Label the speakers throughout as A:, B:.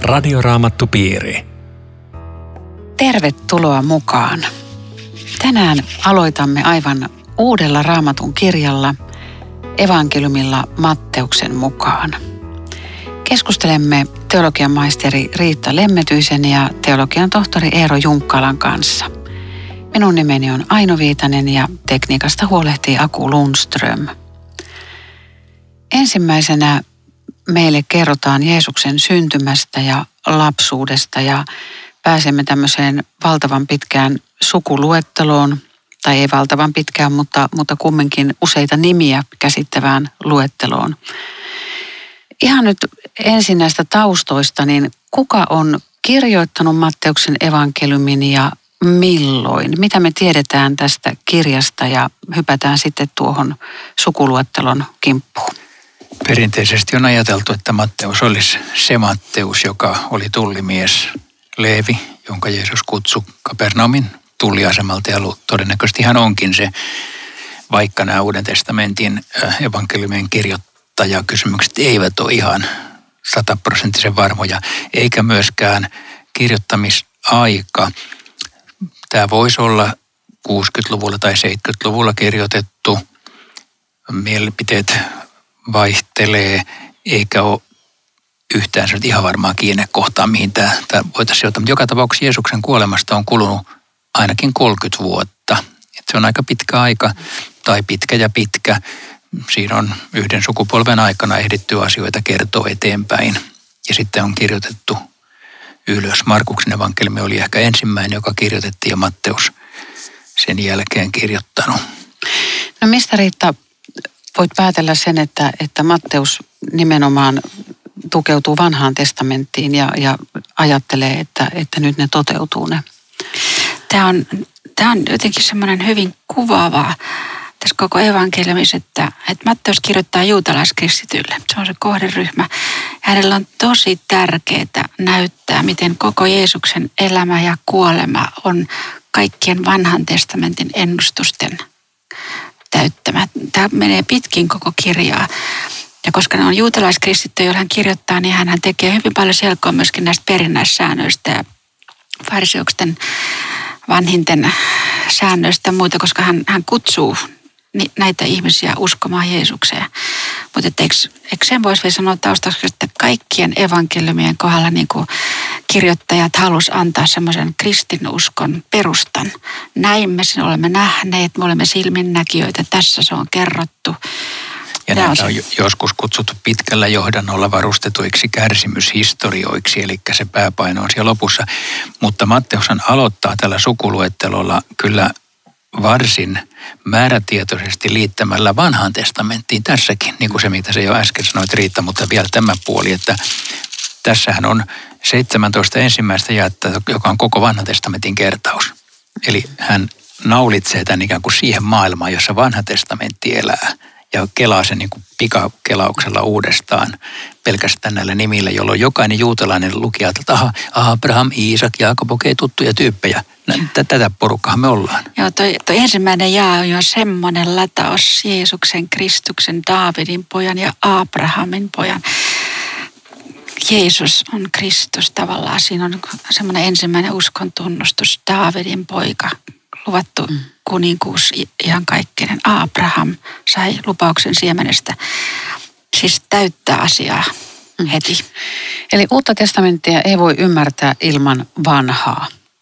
A: Radioraamattupiiri.
B: Tervetuloa mukaan. Tänään aloitamme aivan uudella Raamatun kirjalla, evankeliumilla Matteuksen mukaan. Keskustelemme teologian maisteri Riitta Lemmetyisen ja teologian tohtori Eero Junkkalan kanssa. Minun nimeni on Aino Viitanen ja tekniikasta huolehtii Aku Lundström. Ensimmäisenä meille kerrotaan Jeesuksen syntymästä ja lapsuudesta ja pääsemme tämmöiseen valtavan pitkään sukuluetteloon, tai ei valtavan pitkään, mutta kumminkin useita nimiä käsittävään luetteloon. Ihan nyt ensin näistä taustoista, niin kuka on kirjoittanut Matteuksen evankeliumin ja milloin? Mitä me tiedetään tästä kirjasta ja hypätään sitten tuohon sukuluettelon kimppuun?
C: Perinteisesti on ajateltu, että Matteus olisi se Matteus, joka oli tullimies Leevi, jonka Jeesus kutsui Kapernaumin tulliasemalta, ja todennäköisesti hän onkin se, vaikka nämä Uuden testamentin evankeliumien kirjoittajakysymykset eivät ole ihan 100% varmoja, eikä myöskään kirjoittamisaika. Tämä voisi olla 60-luvulla tai 70-luvulla kirjoitettu. Mielipiteet vaihtelee, eikä ole yhtään ihan varmaa kiinnekohtaa, mihin tämä voitaisiin sijoittaa. Mutta joka tapauksessa Jeesuksen kuolemasta on kulunut ainakin 30 vuotta. Et se on aika pitkä aika, tai pitkä ja pitkä. Siinä on yhden sukupolven aikana ehditty asioita kertoa eteenpäin. Ja sitten on kirjoitettu ylös. Markuksen evankeliumi oli ehkä ensimmäinen, joka kirjoitettiin, ja Matteus sen jälkeen kirjoittanut.
B: No mistä, Riitta, voit päätellä sen, että Matteus nimenomaan tukeutuu vanhaan testamenttiin ja ajattelee, että nyt ne toteutuu ne?
D: Tämä on jotenkin semmoinen hyvin kuvaava tässä koko evankeliumissa, että Matteus kirjoittaa juutalaiskristityille. Se on se kohderyhmä. Hänellä on tosi tärkeää näyttää, miten koko Jeesuksen elämä ja kuolema on kaikkien vanhan testamentin ennustusten täyttämä. Tämä menee pitkin koko kirjaa. Ja koska ne on juutalaiskristittyjä, joilla hän kirjoittaa, niin hän tekee hyvin paljon selkoa myöskin näistä perinnäissäännöistä ja fariseuksen vanhinten säännöistä ja muuta, koska hän kutsuu näitä ihmisiä uskomaan Jeesukseen. Mutta eikö sen voisi vielä sanoa taustaksi, että kaikkien evankeliumien kohdalla niin kuin kirjoittajat halusi antaa semmoisen kristinuskon perustan. Näin me sen olemme nähneet, me olemme silminnäkijöitä, tässä se on kerrottu.
C: Ja näitä on joskus kutsuttu pitkällä johdannolla varustetuiksi kärsimyshistorioiksi, eli se pääpaino on siellä lopussa. Mutta Matteushan aloittaa tällä sukuluettelolla kyllä varsin määrätietoisesti liittämällä vanhaan testamenttiin tässäkin, niin kuin se, mitä se jo äsken sanoit, Riitta, mutta vielä tämä puoli, että tässähän on 17 ensimmäistä jaetta, joka on koko vanhan testamentin kertaus. Eli hän naulitsee tämän ikään kuin siihen maailmaan, jossa vanha testamentti elää. Ja kelaa sen niin kuin pikakelauksella uudestaan pelkästään näillä nimillä, jolloin jokainen juutalainen lukija, että Abraham, Iisak, Jaakob, okei, tuttuja tyyppejä. Tätä porukkahan me ollaan.
D: Joo, toi ensimmäinen jaa on jo semmoinen lataus Jeesuksen, Kristuksen, Daavidin pojan ja Abrahamin pojan. Jeesus on Kristus tavallaan. Siinä on semmoinen ensimmäinen uskon tunnustus, Daavidin poika, luvattu kuninkuus ihan kaikkinen. Abraham sai lupauksen siemenestä. Siis täyttää asiaa heti.
B: Eli uutta testamenttia ei voi ymmärtää ilman vanhaa.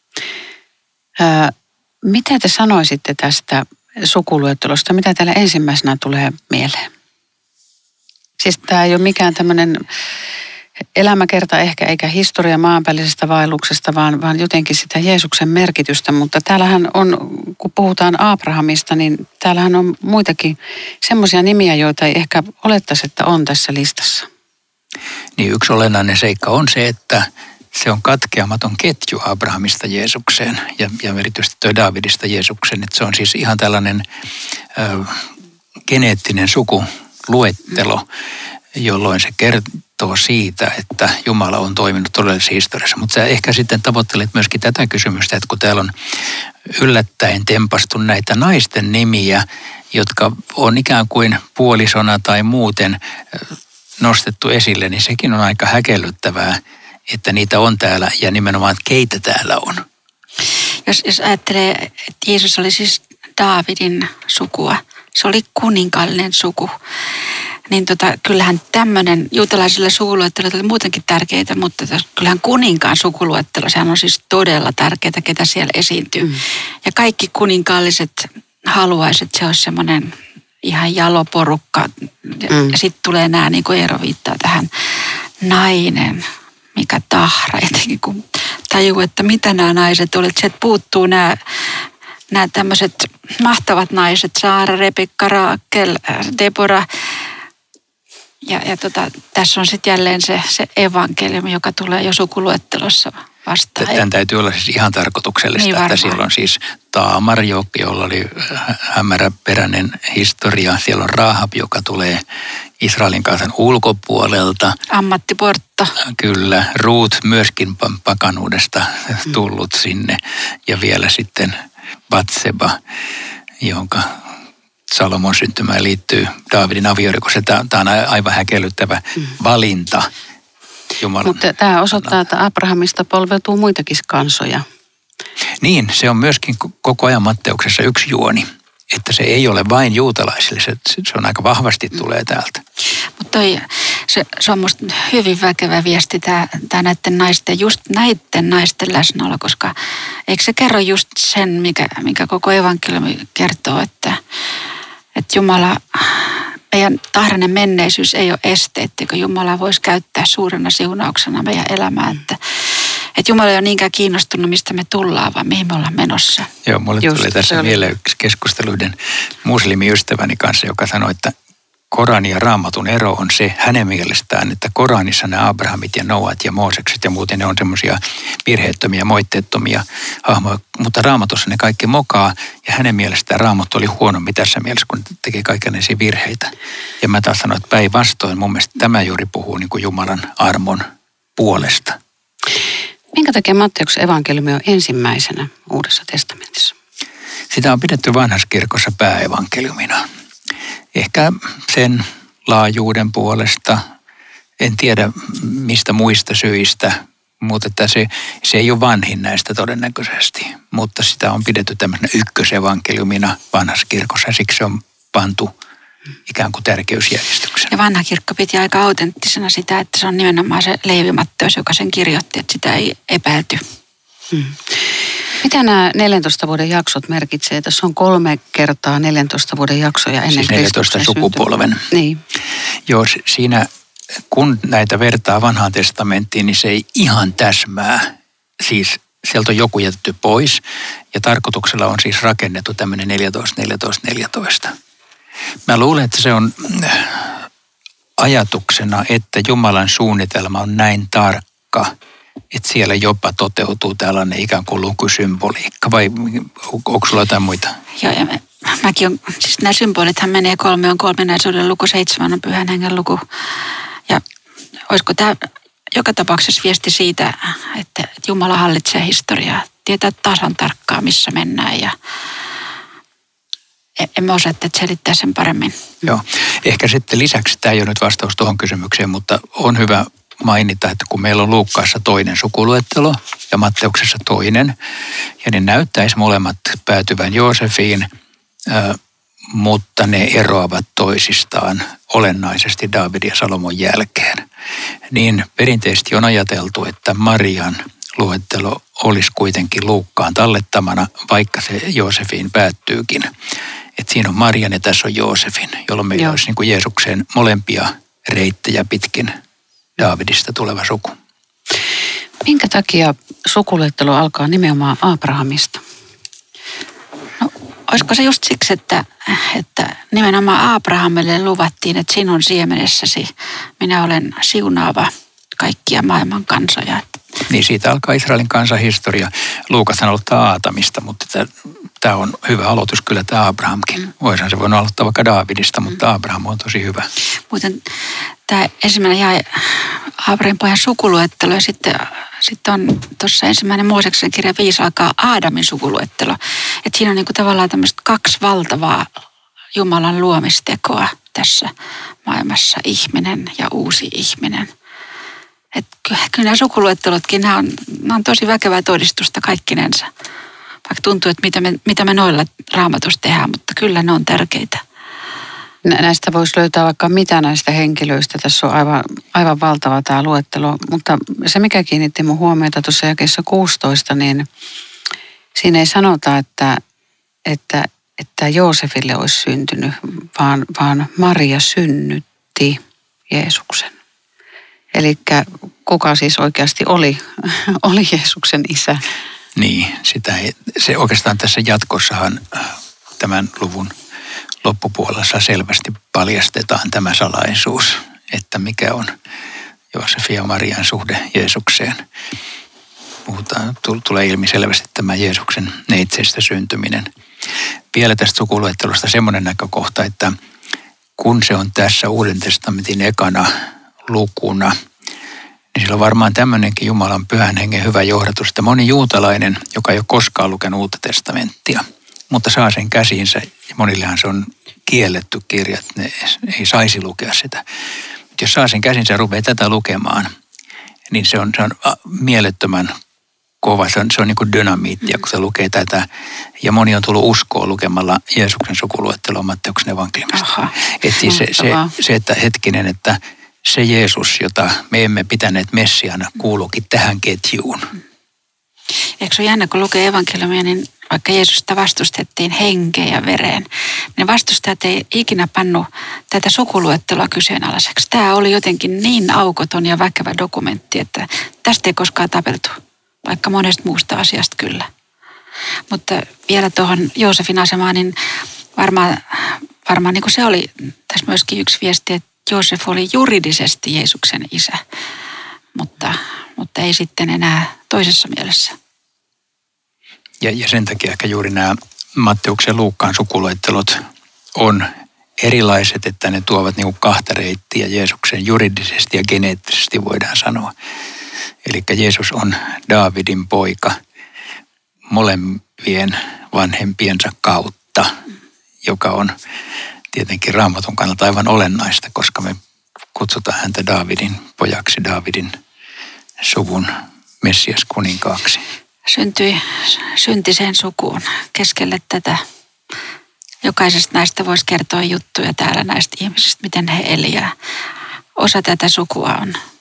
B: Mitä te sanoisitte tästä sukuluettelosta? Mitä täällä ensimmäisenä tulee mieleen? Siis tämä ei ole mikään tämmöinen elämäkerta ehkä, eikä historia maanpäällisestä vaelluksesta, vaan jotenkin sitä Jeesuksen merkitystä. Mutta täällähän on, kun puhutaan Abrahamista, niin täällähän on muitakin semmoisia nimiä, joita ei ehkä olettaisi, että on tässä listassa.
C: Niin yksi olennainen seikka on se, että se on katkeamaton ketju Abrahamista Jeesukseen ja erityisesti tuo Daavidista Jeesukseen. Että se on siis ihan tällainen geneettinen sukuluettelo, jolloin se kertoo siitä, että Jumala on toiminut todellisessa historiassa. Mutta sä ehkä sitten tavoittelet myöskin tätä kysymystä, että kun täällä on yllättäen tempastu näitä naisten nimiä, jotka on ikään kuin puolisona tai muuten nostettu esille, niin sekin on aika häkellyttävää. että niitä on täällä ja nimenomaan, että keitä täällä on.
D: Jos ajattelee, että Jeesus oli siis Daavidin sukua, se oli kuninkaallinen suku, niin kyllähän tämmöinen juutalaisille sukuluettelut oli muutenkin tärkeitä, mutta kyllähän kuninkaan sukuluettelo, sehän on siis todella tärkeää, ketä siellä esiintyy. Ja kaikki kuninkaalliset haluaisivat, että se olisi semmoinen ihan jaloporukka. Ja sitten tulee nämä, niin kuin Eero viittaa tähän, nainen, mikä tahra, jotenkin kun tajuu, että mitä nämä naiset olivat. Sieltä puuttuu nämä tämmöiset mahtavat naiset, Saara, Rebekka, Raakel, Deborah. Ja tässä on sitten jälleen se evankeliumi, joka tulee jo sukuluettelossa vastaan.
C: Tämän täytyy olla siis ihan tarkoituksellista, niin että siellä on siis Taamar, jolla oli hämäräperäinen historia. Siellä on Rahab, joka tulee Israelin kansan ulkopuolelta.
D: Ammattiportta.
C: Kyllä, Ruut myöskin pakanuudesta tullut sinne. Ja vielä sitten Batseba, jonka Salomon syntymään liittyy Daavidin aviorikossa. Tämä on aivan häkellyttävä valinta Jumalan.
B: Mutta tämä osoittaa, että Abrahamista polveutuu muitakin kansoja.
C: Niin, se on myöskin koko ajan Matteuksessa yksi juoni. Että se ei ole vain juutalaisille, se on aika vahvasti tulee täältä.
D: Mutta se on musta hyvin väkevä viesti tämä näiden naisten läsnäolo, koska eikö se kerro just sen, mikä koko evankeliumi kertoo, että Jumala, meidän tahrainen menneisyys ei ole este, etteikö Jumala voisi käyttää suurena siunauksena meidän elämää, että Jumala ei ole niinkään kiinnostunut, mistä me tullaan, vaan mihin me ollaan menossa.
C: Joo, mulle tuli tässä mieleen yksi keskustelu yhden muslimiystäväni kanssa, joka sanoi, että Koranin ja Raamatun ero on se hänen mielestään, että Koranissa ne Abrahamit ja Noat ja Moosekset ja muuten ne on semmoisia virheettömiä, moitteettomia hahmoja, mutta Raamatussa ne kaikki mokaa ja hänen mielestään Raamattu oli huonompi tässä mielessä, kun teki kaikenlaisia virheitä. Ja mä taas sanoin, että päinvastoin mun mielestä tämä juuri puhuu niin kuin Jumalan armon puolesta.
B: Minkä takia Matteuksen evankeliumi on ensimmäisenä Uudessa testamentissa?
C: Sitä on pidetty vanhassa kirkossa pääevankeliumina. Ehkä sen laajuuden puolesta, en tiedä mistä muista syistä, mutta että se ei ole vanhin näistä todennäköisesti. Mutta sitä on pidetty tämmöisenä ykkösevankeliumina vanhassa kirkossa, siksi se on pantu ikään kuin tärkeysjärjestykseen.
D: Ja vanha kirkko piti aika autenttisena sitä, että se on nimenomaan se Leevi Matteus, joka sen kirjoitti, että sitä ei epäilty.
B: Mitä nämä 14 vuoden jaksot merkitsee? Tässä on 3 kertaa 14 vuoden jaksoja ennen
C: siis 14 sukupolven.
B: Niin.
C: Joo, siinä kun näitä vertaa vanhaan testamenttiin, niin se ei ihan täsmää. Siis sieltä on joku jätetty pois ja tarkoituksella on siis rakennettu tämmöinen 14. Mä luulen, että se on ajatuksena, että Jumalan suunnitelma on näin tarkka, että siellä jopa toteutuu tällainen ikään kuin lukusymboliikka, vai onko sulla jotain muita?
D: Joo, ja mäkin on, siis nämä symbolithan menee 3 on kolminaisuuden luku, 7 on pyhän hengen luku. Ja olisiko tämä joka tapauksessa viesti siitä, että Jumala hallitsee historiaa, tietää tasan tarkkaan, missä mennään ja emme osaa selittää sen paremmin.
C: Joo, ehkä sitten lisäksi, tämä ei ole nyt vastaus tuohon kysymykseen, mutta on hyvä mainita, että kun meillä on Luukkaassa toinen sukuluettelo ja Matteuksessa toinen, ja ne näyttäisi molemmat päätyvän Joosefiin, mutta ne eroavat toisistaan olennaisesti Daavidin ja Salomon jälkeen. Niin perinteisesti on ajateltu, että Marian luettelo olisi kuitenkin Luukkaan tallettamana, vaikka se Joosefiin päättyykin. Että siinä on Marian ja tässä on Joosefin, jolloin meillä olisi niin kuin Jeesuksen molempia reittejä pitkin Daavidista tuleva suku.
B: Minkä takia sukuluettelo alkaa nimenomaan Abrahamista?
D: No, olisiko se just siksi, että nimenomaan Abrahamille luvattiin, että sinun siemenessäsi minä olen siunaava kaikkia maailman kansoja.
C: Niin siitä alkaa Israelin kansanhistoria. Luukas aloittaa Aatamista, mutta tämä on hyvä aloitus kyllä tämä Abrahamkin. Voisihan se voinut aloittaa vaikka Daavidista, mutta Abraham on tosi hyvä.
D: Muuten tämä ensimmäinen jae Abrahamin pojan sukuluettelo ja sitten on tuossa ensimmäinen Mooseksen kirja 5 alkaa Aadamin sukuluettelo. Että siinä on niinku tavallaan tämmöistä 2 valtavaa Jumalan luomistekoa tässä maailmassa, ihminen ja uusi ihminen. Että kyllä nämä sukuluettelotkin, nämä on tosi väkevää todistusta kaikkinensa. Vaikka tuntuu, että mitä me noilla Raamatussa tehdään, mutta kyllä ne on tärkeitä.
B: Näistä voisi löytää vaikka mitä näistä henkilöistä. Tässä on aivan valtava tämä luettelo. Mutta se, mikä kiinnitti mun huomiota tuossa jakeessa 16, niin siinä ei sanota, että Joosefille olisi syntynyt, vaan Maria synnytti Jeesuksen. Eli kuka siis oikeasti oli Jeesuksen isä?
C: Niin, se oikeastaan tässä jatkossahan tämän luvun loppupuolessa selvästi paljastetaan tämä salaisuus, että mikä on Joosefin ja Marian suhde Jeesukseen. Tulee ilmi selvästi tämä Jeesuksen neitseistä syntyminen. Vielä tästä sukuluettelosta semmoinen näkökohta, että kun se on tässä Uuden testamentin ekana lukuna, niin sillä on varmaan tämmöinenkin Jumalan pyhän hengen hyvä johdatus, että moni juutalainen, joka ei ole koskaan lukenut Uutta testamenttia, mutta saa sen käsiinsä, ja monillehan se on kielletty kirja, että ne ei saisi lukea sitä. Mutta jos saa sen käsinsä ja rupeaa tätä lukemaan, niin se on mielettömän kova. Se on niin kuin dynamiittia, kun se lukee tätä. Ja moni on tullut uskoon lukemalla Jeesuksen sukuluettelua Matteuksen evankeliumista. Että siis että hetkinen, että se Jeesus, jota me emme pitäneet Messiana, kuuluukin tähän ketjuun.
D: Eikö se ole jännä, kun lukee evankeliumia, niin vaikka Jeesusta vastustettiin henkeen ja vereen, niin vastustajat ei ikinä pannu tätä sukuluettelua kyseenalaiseksi. Tämä oli jotenkin niin aukoton ja väkevä dokumentti, että tästä ei koskaan tapeltu, vaikka monesta muusta asiasta kyllä. Mutta vielä tuohon Joosefin asemaan, niin varmaan niin kuin se oli tässä myöskin yksi viesti, että Joosef oli juridisesti Jeesuksen isä, mutta ei sitten enää toisessa mielessä.
C: Ja sen takia ehkä juuri nämä Matteuksen ja Luukkaan sukuluettelot on erilaiset, että ne tuovat niin kuin kahta reittiä Jeesuksen juridisesti ja geneettisesti voidaan sanoa. Eli Jeesus on Daavidin poika molempien vanhempiensa kautta, joka on tietenkin Raamatun kannalta aivan olennaista, koska me kutsutaan häntä Daavidin pojaksi, Daavidin suvun Messias-kuninkaaksi.
D: Syntyi syntiseen sukuun keskelle tätä. Jokaisesta näistä voisi kertoa juttuja täällä näistä ihmisistä, miten he elivät. Osa tätä sukua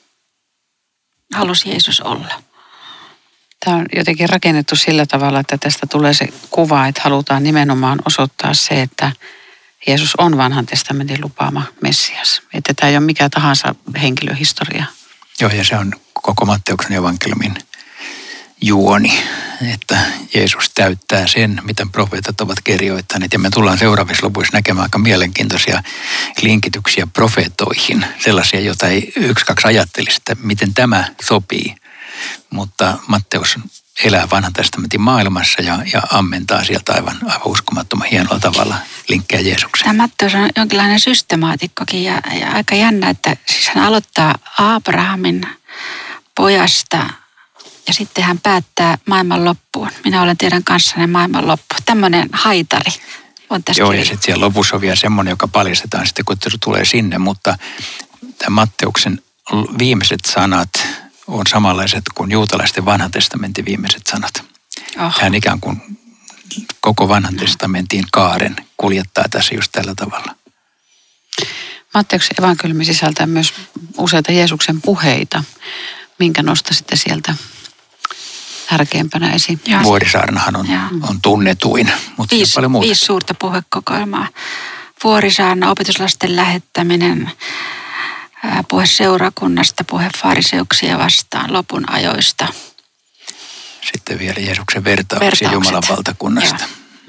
D: halusi Jeesus olla.
B: Tämä on jotenkin rakennettu sillä tavalla, että tästä tulee se kuva, että halutaan nimenomaan osoittaa se, että Jeesus on vanhan testamentin lupaama Messias. Että tämä ei ole mikä tahansa henkilöhistoria.
C: Joo, ja se on koko Matteuksen evankeliumin juoni, että Jeesus täyttää sen, mitä profeetat ovat kirjoittaneet. Ja me tullaan seuraavissa lopuissa näkemään aika mielenkiintoisia linkityksiä profeetoihin, sellaisia, joita ei 1-2 ajattelisi, että miten tämä sopii. Mutta Matteus elää vanhan testamentin maailmassa ja ammentaa sieltä aivan uskomattoman hienolla tavalla linkkejä Jeesukseen.
D: Tämä Matteus on jonkinlainen systemaatikkokin ja aika jännä, että siis hän aloittaa Abrahamin pojasta ja sitten hän päättää maailman loppuun. Minä olen teidän kanssanne maailman loppu. Tämmöinen haitari on tässä.
C: Joo, ja sitten siellä lopussa on vielä semmoinen, joka paljastetaan sitten, kun se tulee sinne. Mutta tämä Matteuksen viimeiset sanat on samanlaiset kuin juutalaisten vanhan testamentin viimeiset sanat. Hän ikään kuin koko vanhan testamentin kaaren kuljettaa tässä just tällä tavalla.
B: Matteuksen evankeliumi sisältää myös useita Jeesuksen puheita. Minkä nostasitte sieltä tärkeimpänä esiin?
C: Vuorisaarnahan on tunnetuin, mutta paljon muuta.
D: 5 suurta puhekokoelmaa. Vuorisaarna, opetuslasten lähettäminen, puhe seurakunnasta, puhe fariseuksia vastaan, lopun ajoista.
C: Sitten vielä Jeesuksen vertauksia Jumalan valtakunnasta.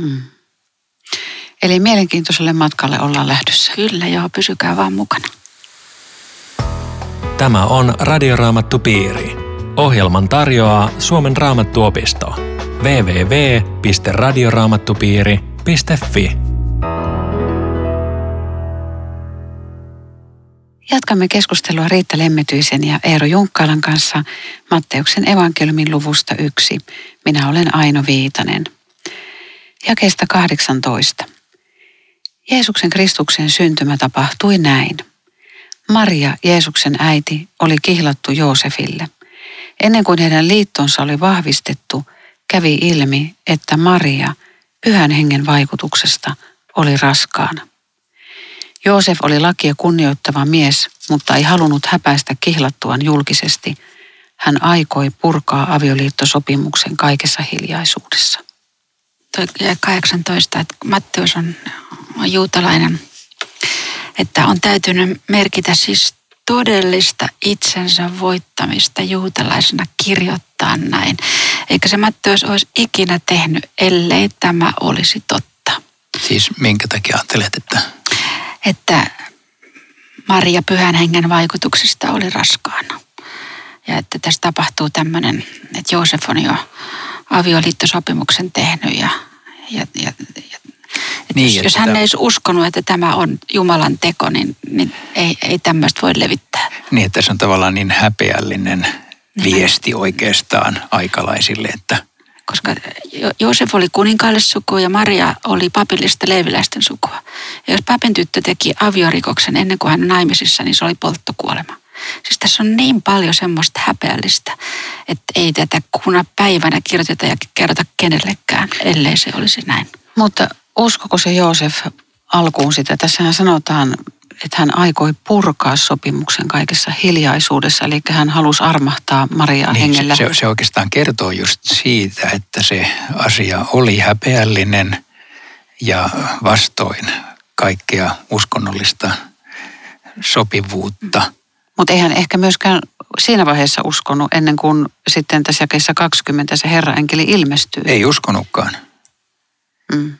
B: Eli mielenkiintoiselle matkalle ollaan lähdössä.
D: Kyllä, joo, pysykää vaan mukana.
A: Tämä on Radioraamattupiiri. Ohjelman tarjoaa Suomen Raamattuopisto. www.radioraamattupiiri.fi.
B: Jatkamme keskustelua Riitta Lemmetyisen ja Eero Junkkailan kanssa Matteuksen evankeliumin luvusta 1. Minä olen Aino Viitanen. Jakeesta 18. Jeesuksen Kristuksen syntymä tapahtui näin. Maria, Jeesuksen äiti, oli kihlattu Joosefille. Ennen kuin heidän liittonsa oli vahvistettu, kävi ilmi, että Maria Pyhän Hengen vaikutuksesta oli raskaana. Joosef oli lakia kunnioittava mies, mutta ei halunnut häpäistä kihlattuaan julkisesti. Hän aikoi purkaa avioliittosopimuksen kaikessa hiljaisuudessa.
D: Toi 18, että Matteus on juutalainen, että on täytynyt merkitä siis todellista itsensä voittamista juutalaisena kirjoittaa näin. Eikä se Matteus olisi ikinä tehnyt, ellei tämä olisi totta.
C: Siis minkä takia ajattelet,
D: Että Maria Pyhän Hengen vaikutuksesta oli raskaana. Ja että tässä tapahtuu tämmöinen, että Joosef on jo avioliittosopimuksen tehnyt
C: niin,
D: jos hän ei olisi uskonut, että tämä on Jumalan teko, niin ei tämmöistä voi levittää.
C: Niin, että se on tavallaan niin häpeällinen viesti oikeastaan aikalaisille, että...
D: Koska Joosef oli kuninkaalle sukua ja Maria oli papillista leeviläisten sukua. Ja jos papin tyttö teki aviorikoksen ennen kuin hän on naimisissa, niin se oli polttokuolema. Siis tässä on niin paljon semmoista häpeällistä, että ei tätä kuna päivänä kirjoiteta ja kerrota kenellekään, ellei se olisi näin.
B: Mutta uskoko se Joosef alkuun sitä? Tässähän sanotaan, että hän aikoi purkaa sopimuksen kaikessa hiljaisuudessa, eli hän halusi armahtaa Mariaa
C: niin,
B: hengellä.
C: Se oikeastaan kertoo just siitä, että se asia oli häpeällinen ja vastoin kaikkea uskonnollista sopivuutta.
B: Mutta eihän ehkä myöskään siinä vaiheessa uskonut, ennen kuin sitten tässä jakeessa 20 se Herraenkeli ilmestyy.
C: Ei uskonutkaan.
B: Mm.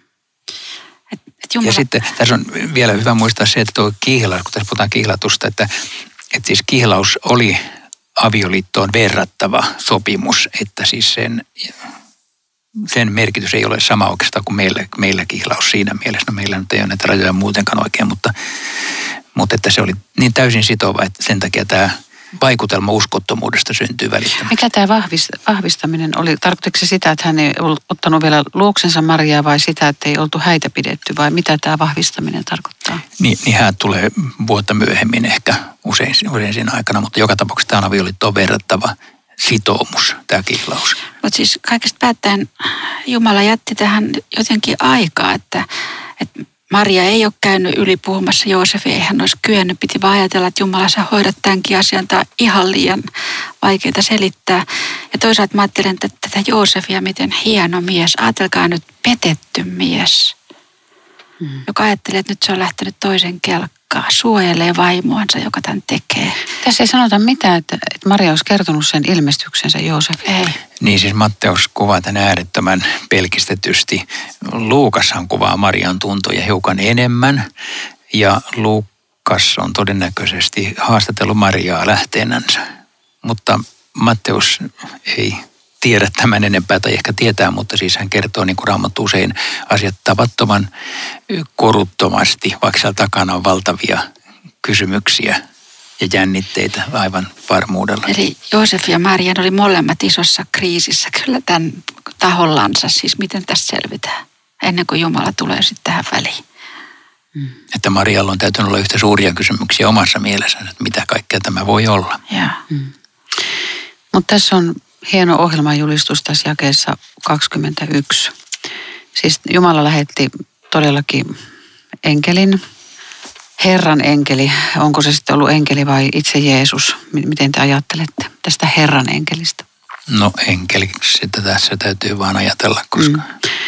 C: Ja sitten tässä on vielä hyvä muistaa se, että tuo kihlaus, kun tässä puhutaan kihlatusta, että siis kihlaus oli avioliittoon verrattava sopimus, että siis sen merkitys ei ole sama oikeastaan kuin meillä kihlaus siinä mielessä. No meillä nyt ei ole näitä rajoja muutenkaan oikein, mutta että se oli niin täysin sitova, että sen takia tämä vaikutelma uskottomuudesta syntyy välittömästi.
B: Mikä tämä vahvistaminen oli? Tarkoittiko se sitä, että hän ei ollut ottanut vielä luoksensa Mariaa vai sitä, että ei oltu häitä pidetty vai mitä tämä vahvistaminen tarkoittaa?
C: Niin hän tulee vuotta myöhemmin ehkä usein siinä aikana, mutta joka tapauksessa tämä on avioliittoon verrattava sitoumus, tämä kihlaus.
D: Mutta siis kaikesta päättäen Jumala jätti tähän jotenkin aikaa, että Maria ei ole käynyt yli puhumassa Joosefia, ei hän olisi kyennyt. Piti vaan ajatella, että Jumala sä hoidat tämänkin asian. Tämä on ihan liian vaikeaa selittää. Ja toisaalta mä ajattelen, että tätä Joosefia, miten hieno mies. Ajatelkaa nyt petetty mies, joka ajattelee, että nyt se on lähtenyt toisen kelkkaan. Suojelee vaimoansa, joka tämän tekee.
B: Tässä ei sanota mitään, että Maria olisi kertonut sen ilmestyksensä Joosefille.
D: Ei.
C: Niin siis Matteus kuvaa tämän äärettömän pelkistetysti. Luukashan kuvaa Marian tuntoja hiukan enemmän ja Luukas on todennäköisesti haastatellut Mariaa lähteenänsä. Mutta Matteus ei tiedä tämän enempää tai ehkä tietää, mutta siis hän kertoo niin kuin Raamattu usein asiat tavattoman koruttomasti, vaikka siellä takana on valtavia kysymyksiä ja jännitteitä aivan varmuudella.
D: Eli Joosef ja Maria oli molemmat isossa kriisissä kyllä tämän tahollansa, siis miten tästä selvitään, ennen kuin Jumala tulee sitten tähän väliin.
C: Että Marialla on täytynyt olla yhtä suuria kysymyksiä omassa mielessä, että mitä kaikkea tämä voi olla.
B: Mutta tässä on hieno ohjelmanjulistus tässä jakeessa 21. Siis Jumala lähetti todellakin enkelin, Herran enkeli. Onko se sitten ollut enkeli vai itse Jeesus? Miten te ajattelette tästä Herran enkelistä?
C: No enkeliksi sitä tässä täytyy vaan ajatella, koska...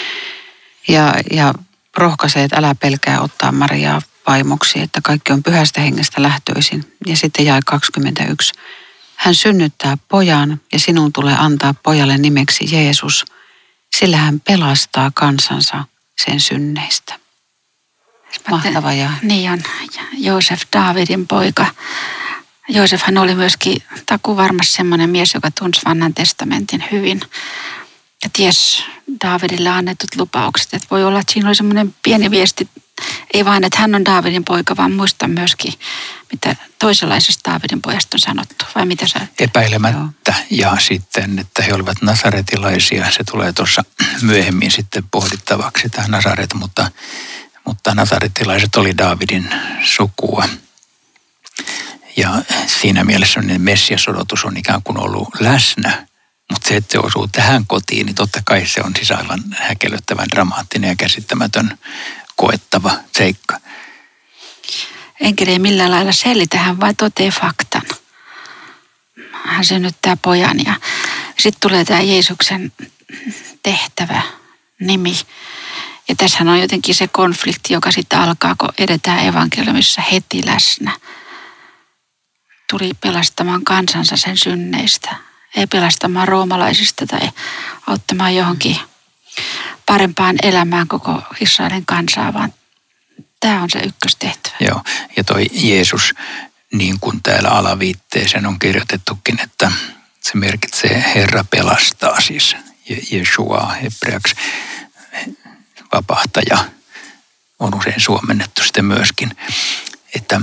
B: Ja rohkaisee, että älä pelkää ottaa Mariaa vaimoksi, että kaikki on Pyhästä Hengestä lähtöisin. Ja sitten jae 21. Hän synnyttää pojan ja sinun tulee antaa pojalle nimeksi Jeesus, sillä hän pelastaa kansansa sen synneistä. Mahtava ja...
D: Niin on Joosef, Daavidin poika. Joosef hän oli myöskin takuvarmasti semmoinen mies, joka tunsi Vanhan testamentin hyvin. Ja ties Daavidille annetut lupaukset, että voi olla, että siinä oli semmoinen pieni viesti, ei vain, että hän on Daavidin poika, vaan muista myöskin, mitä toisenlaisesta Daavidin pojasta on sanottu, vai mitä sä...
C: Epäilemättä. Ja sitten, että he olivat nasaretilaisia, se tulee tuossa myöhemmin sitten pohdittavaksi tämä Nasaret, mutta nasaretilaiset oli Daavidin sukua. Ja siinä mielessä Messias-odotus on ikään kuin ollut läsnä, mutta se, että se osuu tähän kotiin, niin totta kai se on siis aivan häkellyttävän dramaattinen ja käsittämätön koettava seikka.
D: Enkeli ei millään lailla selitä, hän vain toteaa faktan. Hän synnyttää pojan ja sitten tulee tämä Jeesuksen tehtävä, nimi. Ja tässähän on jotenkin se konflikti, joka sitten alkaa, kun edetään evankeliumissa heti läsnä. Tuli pelastamaan kansansa sen synneistä. Ei pelastamaan roomalaisista tai auttamaan johonkin parempaan elämään koko Israelin kansaa, vaan tämä on se ykköstehtävä.
C: Joo, ja toi Jeesus, niin kuin täällä alaviitteeseen on kirjoitettukin, että se merkitsee Herra pelastaa, siis Jeshua hebreaksi vapahtaja on usein suomennettu sitten myöskin, että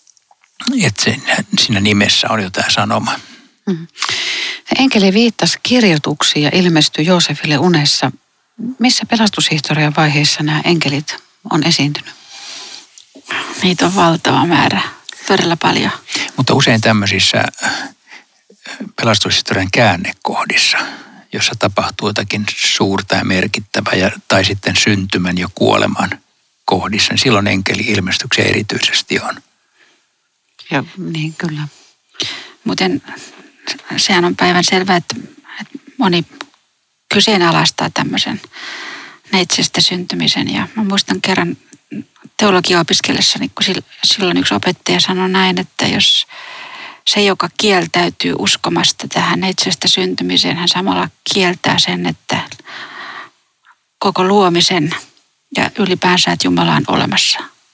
C: siinä nimessä on jo tämä sanoma.
B: Enkeli viittasi kirjoituksiin ja ilmestyi Joosefille unessa. Missä pelastushistorian vaiheessa nämä enkelit on esiintynyt?
D: Niitä on valtava määrä, todella paljon.
C: Mutta usein tämmöisissä pelastushistorian käännekohdissa, jossa tapahtuu jotakin suurta ja merkittävää tai sitten syntymän ja kuoleman kohdissa, niin silloin enkeli ilmestyksen erityisesti on.
B: Joo, niin kyllä.
D: Muuten sehän on päivän selvää, että moni kyseenalaistaa tämmöisen neitsestä syntymisen. Ja mä muistan kerran teologia-opiskellessani, kun silloin yksi opettaja sanoi näin, että jos se, joka kieltäytyy uskomasta tähän neitsestä syntymiseen, hän samalla kieltää sen, että koko luomisen ja ylipäänsä, että Jumala on olemassa.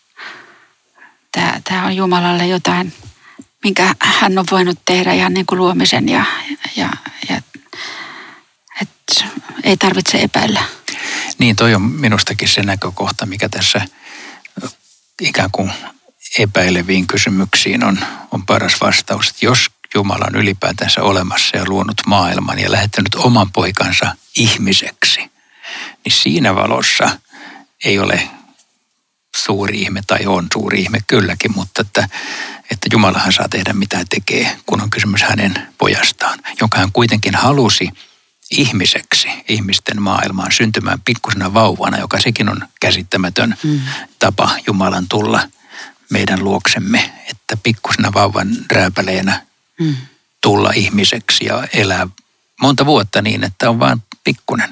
D: Tämä on Jumalalle jotain, minkä hän on voinut tehdä ihan niin kuin luomisen ja että ei tarvitse epäillä.
C: Niin, toi on minustakin se näkökohta, mikä tässä ikään kuin epäileviin kysymyksiin on paras vastaus. Että jos Jumala on ylipäätänsä olemassa ja luonut maailman ja lähettänyt oman poikansa ihmiseksi, niin siinä valossa ei ole suuri ihme, tai on suuri ihme kylläkin, mutta että Jumalahan saa tehdä mitä tekee, kun on kysymys hänen pojastaan, jonka hän kuitenkin halusi ihmiseksi, ihmisten maailmaan, syntymään pikkusena vauvana, joka sekin on käsittämätön tapa Jumalan tulla meidän luoksemme, että pikkusena vauvan rääpäleenä tulla ihmiseksi ja elää monta vuotta niin, että on vain pikkunen.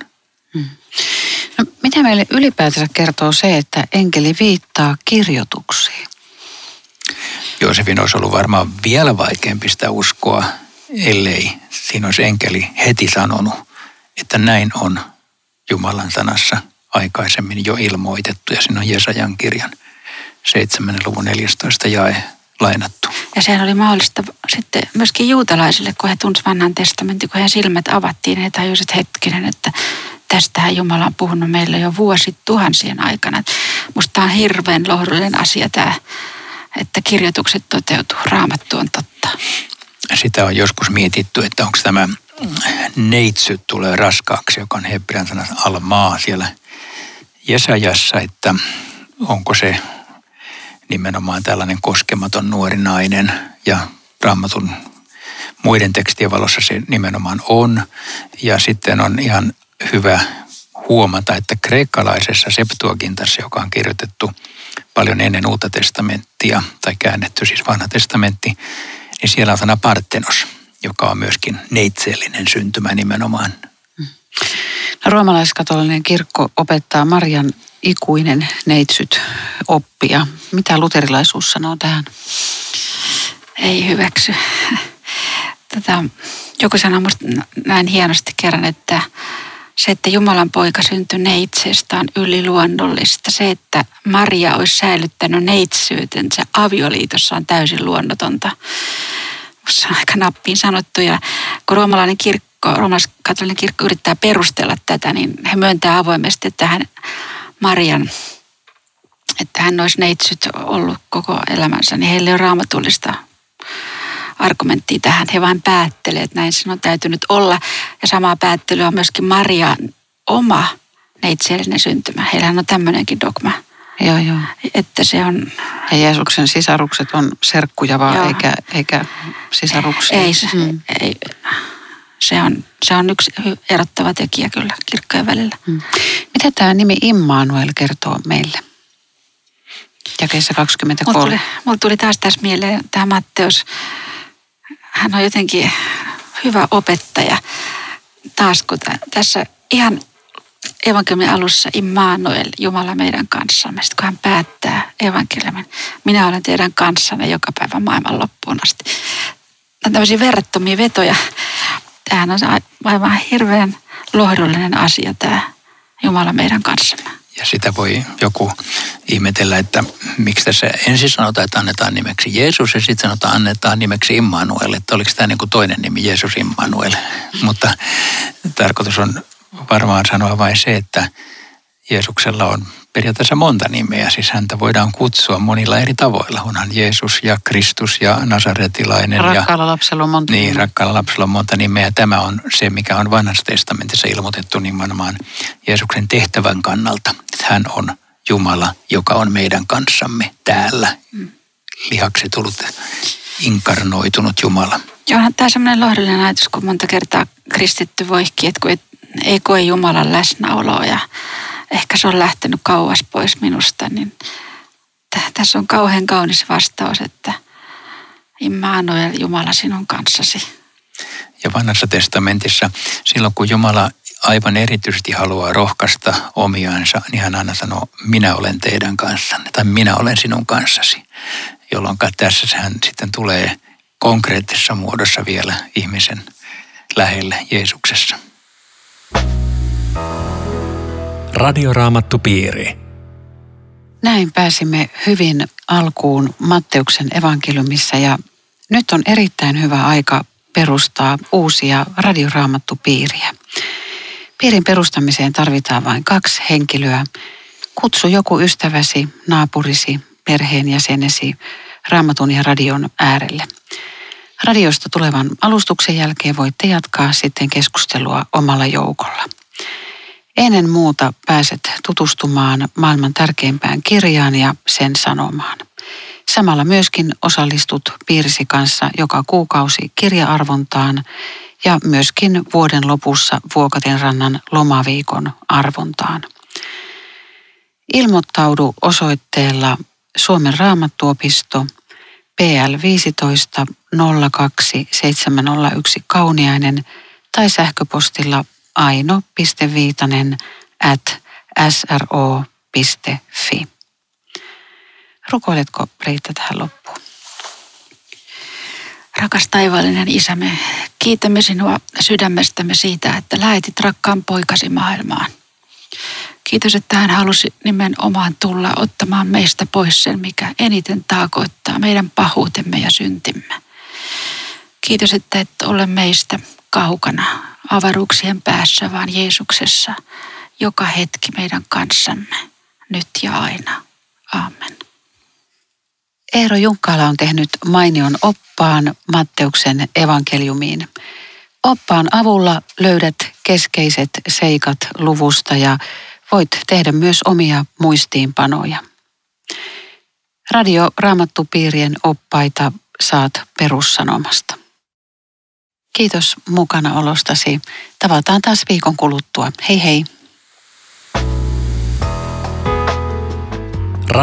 B: No, mitä meille ylipäätänsä kertoo se, että enkeli viittaa kirjoituksiin?
C: Joosefin olisi ollut varmaan vielä vaikeampi sitä uskoa, ellei siinä olisi enkeli heti sanonut, että näin on Jumalan sanassa aikaisemmin jo ilmoitettu. Ja siinä on Jesajan kirjan 7. luvun 14 jae lainattu.
D: Ja sehän oli mahdollista sitten myöskin juutalaisille, kun he tunsivat vanhan testamentin, kun heidän silmät avattiin, he tajusivat hetkinen, että tästähän Jumala on puhunut meille jo vuosituhansien aikana. Musta tämä on hirveän lohdullinen asia tämä, että kirjoitukset toteutuu, Raamattu on totta.
C: Sitä on joskus mietitty, että onko tämä neitsyt tulee raskaaksi, joka on hebrean sana almaa siellä Jesajassa, että onko se nimenomaan tällainen koskematon nuori nainen ja Raamatun muiden tekstien valossa se nimenomaan on. Ja sitten on ihan hyvä huomata, että kreikkalaisessa Septuagintassa, joka on kirjoitettu paljon ennen Uutta testamenttia tai käännetty siis Vanha testamentti, niin siellä on sana Parthenos, joka on myöskin neitseellinen syntymä nimenomaan.
B: No, roomalaiskatolinen kirkko opettaa Marian ikuinen neitsyt oppia. Mitä luterilaisuus sanoo tähän?
D: Ei hyväksy. Joku sanoi musta näin hienosti kerran, että se, että Jumalan poika syntyi neitsestä on yliluonnollista. Se, että Maria olisi säilyttänyt neitsyytensä avioliitossa on täysin luonnotonta. Se on aika nappiin sanottu. Ja kun roomalaiskatolinen kirkko yrittää perustella tätä, niin he myöntää avoimesti, että hän olisi neitsyt ollut koko elämänsä, niin heillä ei ole raamatullista argumenttia tähän. He vain päättelee, että näin sen on täytynyt olla. Ja samaa päättelyä on myöskin Marian oma neitseellinen syntymä. Heillähän on tämmöinenkin dogma.
B: Joo.
D: Että se on
B: Ja Jeesuksen sisarukset on serkkuja vaan, eikä sisaruksia.
D: Ei. Se on yksi erottava tekijä kyllä kirkkojen välillä.
B: Miten tämä nimi Immanuel kertoo meille? Jakeessa 23.
D: Mulla tuli taas tässä mieleen tämä Matteus. Hän on jotenkin hyvä opettaja. Taas kun tässä ihan evankeliumin alussa Immanuel, Jumala meidän kanssamme. Sitten kun hän päättää evankeliumin, minä olen teidän kanssanne joka päivä maailman loppuun asti. On tämmöisiä verrattomia vetoja. Tämähän on aivan hirveän lohdullinen asia tämä Jumala meidän kanssamme.
C: Ja sitä voi joku ihmetellä, että miksi tässä ensin sanotaan, että annetaan nimeksi Jeesus ja sitten sanotaan, annetaan nimeksi Immanuel. Että oliko tämä niin kuin toinen nimi, Jeesus Immanuel. Mutta tarkoitus on varmaan sanoa vain se, että Jeesuksella on periaatteessa monta nimeä. Siis häntä voidaan kutsua monilla eri tavoilla. Onhan Jeesus ja Kristus ja Nasaretilainen.
B: Rakkaalla lapsella on monta nimeä.
C: Niin, rakkaalla lapsella on monta nimeä. Tämä on se, mikä on Vanhassa testamentissa ilmoitettu nimenomaan Jeesuksen tehtävän kannalta. Että hän on Jumala, joka on meidän kanssamme täällä. Lihaksi tullut, inkarnoitunut Jumala.
D: Onhan tämä sellainen lohdullinen ajatus, kun monta kertaa kristitty voihki, että kun ei koe Jumalan läsnäoloa ja ehkä se on lähtenyt kauas pois minusta, niin tässä on kauhean kaunis vastaus, että Immanuel, Jumala sinun kanssasi.
C: Ja Vanhassa testamentissa silloin, kun Jumala aivan erityisesti haluaa rohkaista omiansa, niin hän aina sanoo, minä olen teidän kanssanne tai minä olen sinun kanssasi. Jolloin tässä hän sitten tulee konkreettisessa muodossa vielä ihmisen lähelle Jeesuksessa.
A: Radioraamattupiiri.
B: Näin pääsimme hyvin alkuun Matteuksen evankeliumissa ja nyt on erittäin hyvä aika perustaa uusia radioraamattupiiriä. Piirin perustamiseen tarvitaan vain 2 henkilöä. Kutsu joku ystäväsi, naapurisi, perheenjäsenesi Raamatun ja radion äärelle. Radiosta tulevan alustuksen jälkeen voitte jatkaa sitten keskustelua omalla joukolla. Ennen muuta pääset tutustumaan maailman tärkeimpään kirjaan ja sen sanomaan. Samalla myöskin osallistut piirisi kanssa joka kuukausi kirja-arvontaan ja myöskin vuoden lopussa Vuokatinrannan lomaviikon arvontaan. Ilmoittaudu osoitteella Suomen Raamattuopisto PL 15 02 701 Kauniainen tai sähköpostilla aino.viitanen@sro.fi. Rukoiletko Riitta tähän loppuun?
D: Rakas taivaallinen Isämme, kiitämme sinua sydämestämme siitä, että lähetit rakkaan poikasi maailmaan. Kiitos, että hän halusi nimenomaan tulla ottamaan meistä pois sen, mikä eniten taakoittaa meidän pahuutemme ja syntimme. Kiitos, että et ole meistä kaukana avaruuksien päässä, vaan Jeesuksessa joka hetki meidän kanssamme, nyt ja aina. Aamen.
B: Eero Junkkaala on tehnyt mainion oppaan Matteuksen evankeliumiin. Oppaan avulla löydät keskeiset seikat luvusta ja voit tehdä myös omia muistiinpanoja. Radioraamattupiirien oppaita saat Perussanomasta. Kiitos mukanaolostasi. Tavataan taas viikon kuluttua. Hei hei!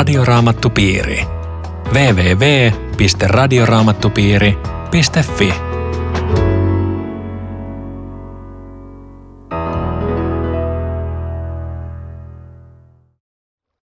A: Radioraamattupiiri. www.radioraamattupiiri.fi